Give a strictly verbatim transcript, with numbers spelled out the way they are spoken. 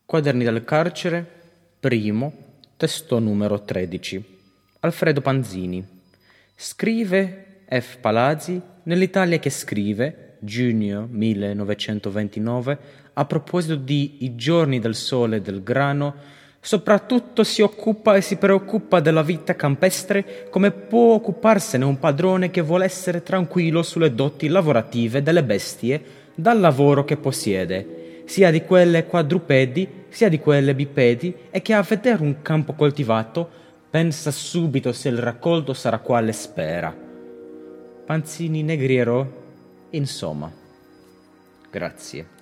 Quaderni del carcere, primo, testo numero tredici. Alfredo Panzini. Scrive F. Palazzi nell'Italia che scrive, giugno millenovecentoventinove, a proposito di I giorni del sole e del grano, soprattutto si occupa e si preoccupa della vita campestre come può occuparsene un padrone che vuole essere tranquillo sulle doti lavorative delle bestie dal lavoro che possiede, sia di quelle quadrupedi sia di quelle bipedi, e che a vedere un campo coltivato pensa subito se il raccolto sarà quale spera. Panzini Negriero, insomma. Grazie.